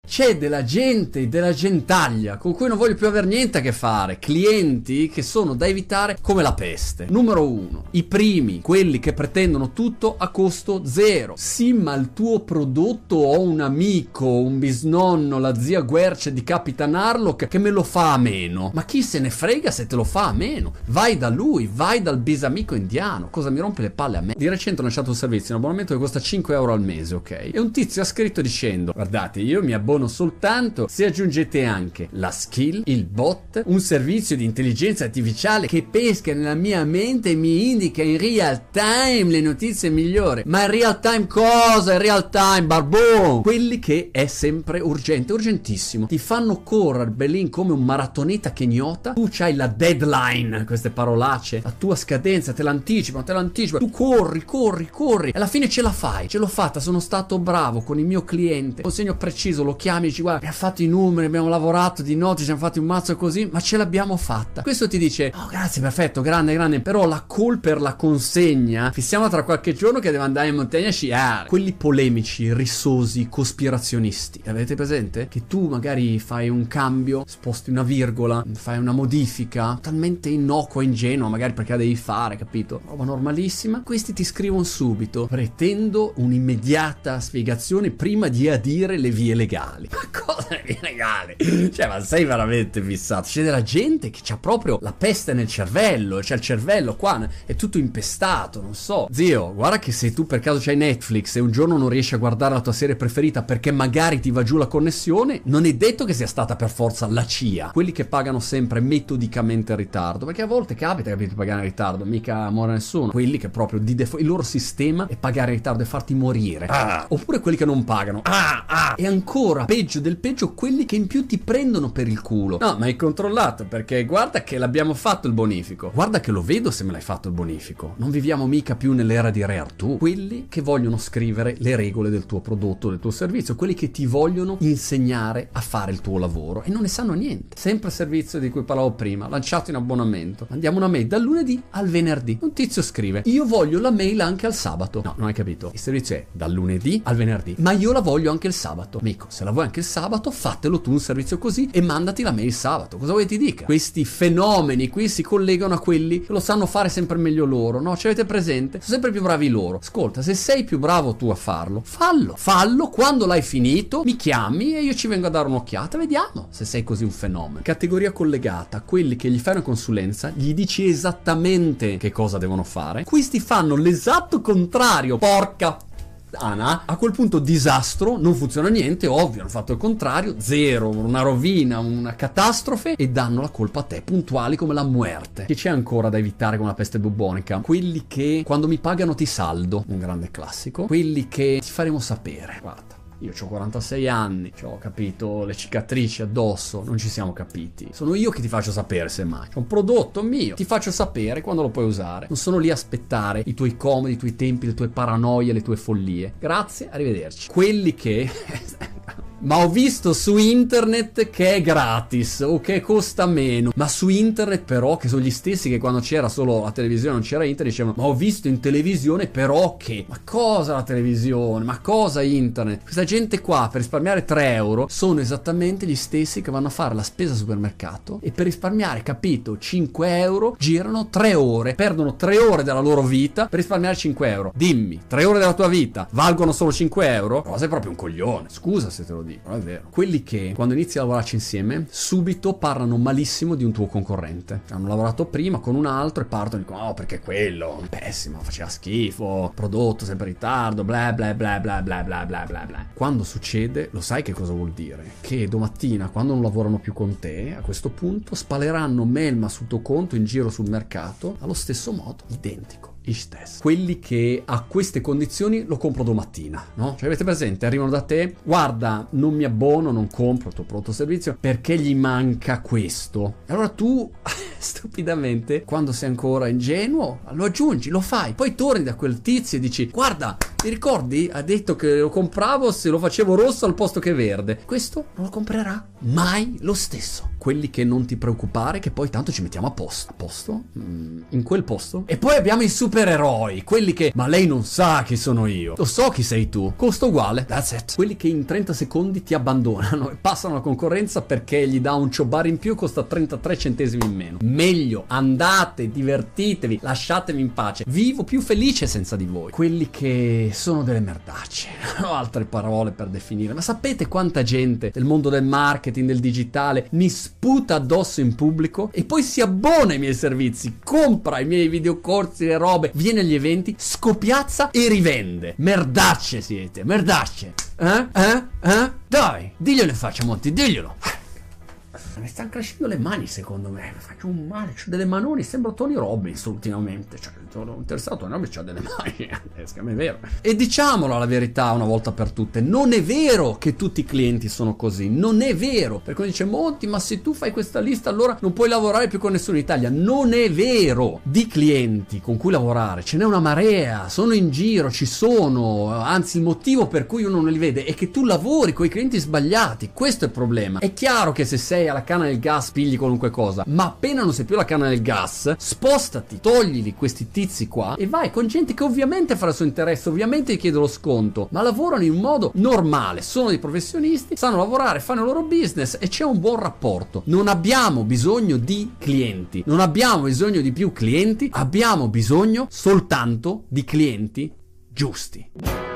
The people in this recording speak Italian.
C'è della gente, della gentaglia con cui non voglio più avere niente a che fare, clienti che sono da evitare come la peste. Numero 1, i primi, quelli che pretendono tutto a costo zero. Sì, ma il tuo prodotto ho un amico, un bisnonno, la zia Guerce di Capitan Harlock che me lo fa a meno. Ma chi se ne frega se te lo fa a meno? Vai da lui, vai dal bisamico indiano. Cosa mi rompe le palle a me? Di recente ho lanciato un servizio, un abbonamento che costa 5 euro al mese, ok? E un tizio ha scritto dicendo: guardate, io mi abbono soltanto se aggiungete anche la skill, il bot, un servizio di intelligenza artificiale che pesca nella mia mente e mi indica in real time le notizie migliori. Ma in real time cosa? In real time, barbone! Quelli che è sempre urgente, urgentissimo. Ti fanno correre Berlin come un maratoneta kenyota. Tu c'hai la deadline, queste parolacce, la tua scadenza, te l'anticipano. Tu corri. E alla fine ce la fai. Ce l'ho fatta, sono stato bravo con il mio cliente. Consegno preciso, lo chiami e dici: guarda, abbiamo fatto i numeri, abbiamo lavorato di notte, ci siamo fatti un mazzo così, ma ce l'abbiamo fatta. Questo ti dice: oh, grazie, perfetto, grande, però la call per la consegna fissiamo tra qualche giorno che devo andare in montagna a sciare. Quelli polemici, rissosi, cospirazionisti, avete presente? Che tu magari fai un cambio, sposti una virgola, fai una modifica talmente innocua, ingenua, magari perché la devi fare, capito? Roba normalissima. Questi ti scrivono subito: pretendo un'immediata spiegazione prima di adire le vie legali. Ma cosa le vie legali? Cioè, ma sei veramente fissato? C'è della gente che c'ha proprio la peste nel cervello, c'è il cervello qua, è tutto impestato, non so. Zio, guarda che se tu per caso c'hai Netflix e un giorno non riesci a guardare la tua serie preferita perché magari ti va giù la connessione, non è detto che sia stata per forza la CIA. Quelli che pagano sempre metodicamente in ritardo, perché a volte capita, capito, pagare in ritardo, mica muore nessuno. Quelli che proprio di default il loro sistema è pagare in ritardo e farti morire. Oppure quelli che non pagano. E ancora peggio del peggio, quelli che in più ti prendono per il culo. No, ma hai controllato, perché guarda che l'abbiamo fatto il bonifico. Guarda che lo vedo se me l'hai fatto il bonifico. Non viviamo mica più nell'era di Re Artù. Quelli che vogliono scrivere le regole del tuo prodotto, del tuo servizio, quelli che ti vogliono insegnare a fare il tuo lavoro e non ne sanno niente. Sempre il servizio di cui parlavo prima, lanciato in abbonamento. Mandiamo una mail dal lunedì al venerdì. Un tizio scrive: io voglio la mail anche al sabato. No, non hai capito. Il servizio è dal lunedì al venerdì, ma io la voglio anche il sabato. Amico, se la vuoi anche il sabato, fatelo tu un servizio così e mandati la mail il sabato. Cosa vuoi ti dica? Questi fenomeni qui si collegano a quelli che lo sanno fare sempre meglio loro, no? Ci avete presente? Sono sempre più bravi loro. Ascolta, se sei più bravo tu a farlo, fallo, quando l'hai finito mi chiami e io ci vengo a dare un'occhiata, vediamo se sei così un fenomeno. Categoria collegata: quelli che gli fai una consulenza, gli dici esattamente che cosa devono fare, questi fanno l'esatto contrario. Porca Ana, a quel punto disastro, non funziona niente, ovvio, hanno fatto il contrario, zero, una rovina, una catastrofe, e danno la colpa a te, puntuali come la muerte. Che c'è ancora da evitare con la peste bubonica? Quelli che quando mi pagano ti saldo, un grande classico. Quelli che ti faremo sapere, guarda, io ho 46 anni, ho capito, le cicatrici addosso, non ci siamo capiti. Sono io che ti faccio sapere, semmai. C'è un prodotto mio, ti faccio sapere quando lo puoi usare. Non sono lì a aspettare i tuoi comodi, i tuoi tempi, le tue paranoie, le tue follie. Grazie, arrivederci. Quelli che... ma ho visto su internet che è gratis o che costa meno. Ma su internet però, che sono gli stessi che quando c'era solo la televisione, non c'era internet, dicevano: ma ho visto in televisione però che... Ma cosa la televisione? Ma cosa internet? Questa gente qua per risparmiare 3 euro sono esattamente gli stessi che vanno a fare la spesa al supermercato e per risparmiare, capito, 5 euro girano 3 ore, perdono 3 ore della loro vita per risparmiare 5 euro. Dimmi, 3 ore della tua vita valgono solo 5 euro? No, sei proprio un coglione, scusa se te lo dico. Non è vero. Quelli che quando inizi a lavorarci insieme subito parlano malissimo di un tuo concorrente. Hanno lavorato prima con un altro e partono e dicono: oh, perché quello pessimo, faceva schifo, prodotto sempre in ritardo, bla bla bla bla bla bla bla bla bla. Quando succede, lo sai che cosa vuol dire? Che domattina, quando non lavorano più con te, a questo punto spaleranno melma sul tuo conto in giro sul mercato allo stesso modo, identico. Quelli che a queste condizioni lo compro domattina, no? Cioè, avete presente? Arrivano da te: guarda, non mi abbono, non compro il tuo prodotto servizio perché gli manca questo. E allora tu stupidamente, quando sei ancora ingenuo, lo aggiungi, lo fai, poi torni da quel tizio e dici: guarda, Ti ricordi? Ha detto che lo compravo se lo facevo rosso al posto che verde. Questo non lo comprerà mai lo stesso. Quelli che non ti preoccupare, che poi tanto ci mettiamo a posto. A posto? In quel posto? E poi abbiamo i supereroi, quelli che, ma lei non sa chi sono io. Lo so chi sei tu. Costo uguale. That's it. Quelli che in 30 secondi ti abbandonano e passano alla concorrenza perché gli dà un ciobare in più, costa 33 centesimi in meno. Meglio, andate, divertitevi, lasciatemi in pace. Vivo più felice senza di voi. Quelli che sono delle merdacce. Non ho altre parole per definire. Ma sapete quanta gente del mondo del marketing, del digitale, mi sputa addosso in pubblico e poi si abbona ai miei servizi, compra i miei videocorsi, le robe, viene agli eventi, scopiazza e rivende. Merdacce siete, merdacce. Dai, diglielo in faccia, Monti, diglielo. Mi stanno crescendo le mani, secondo me. Mi faccio un male, c'ho delle manoni, sembro Tony Robbins ultimamente. Cioè, sono interessato, Tony Robbins c'ha delle mani. È vero. E diciamolo la verità una volta per tutte: non è vero che tutti i clienti sono così. Non è vero. Perché uno dice: Monti, ma se tu fai questa lista allora non puoi lavorare più con nessuno in Italia. Non è vero. Di clienti con cui lavorare ce n'è una marea, sono in giro, ci sono. Anzi, il motivo per cui uno non li vede è che tu lavori con i clienti sbagliati. Questo è il problema. È chiaro che se sei alla canna del gas pigli qualunque cosa, ma appena non sei più la canna del gas, spostati, toglili questi tizi qua e vai con gente che ovviamente farà il suo interesse, ovviamente gli chiede lo sconto, ma lavorano in modo normale, sono dei professionisti, sanno lavorare, fanno il loro business e c'è un buon rapporto. Non abbiamo bisogno di clienti, non abbiamo bisogno di più clienti, abbiamo bisogno soltanto di clienti giusti.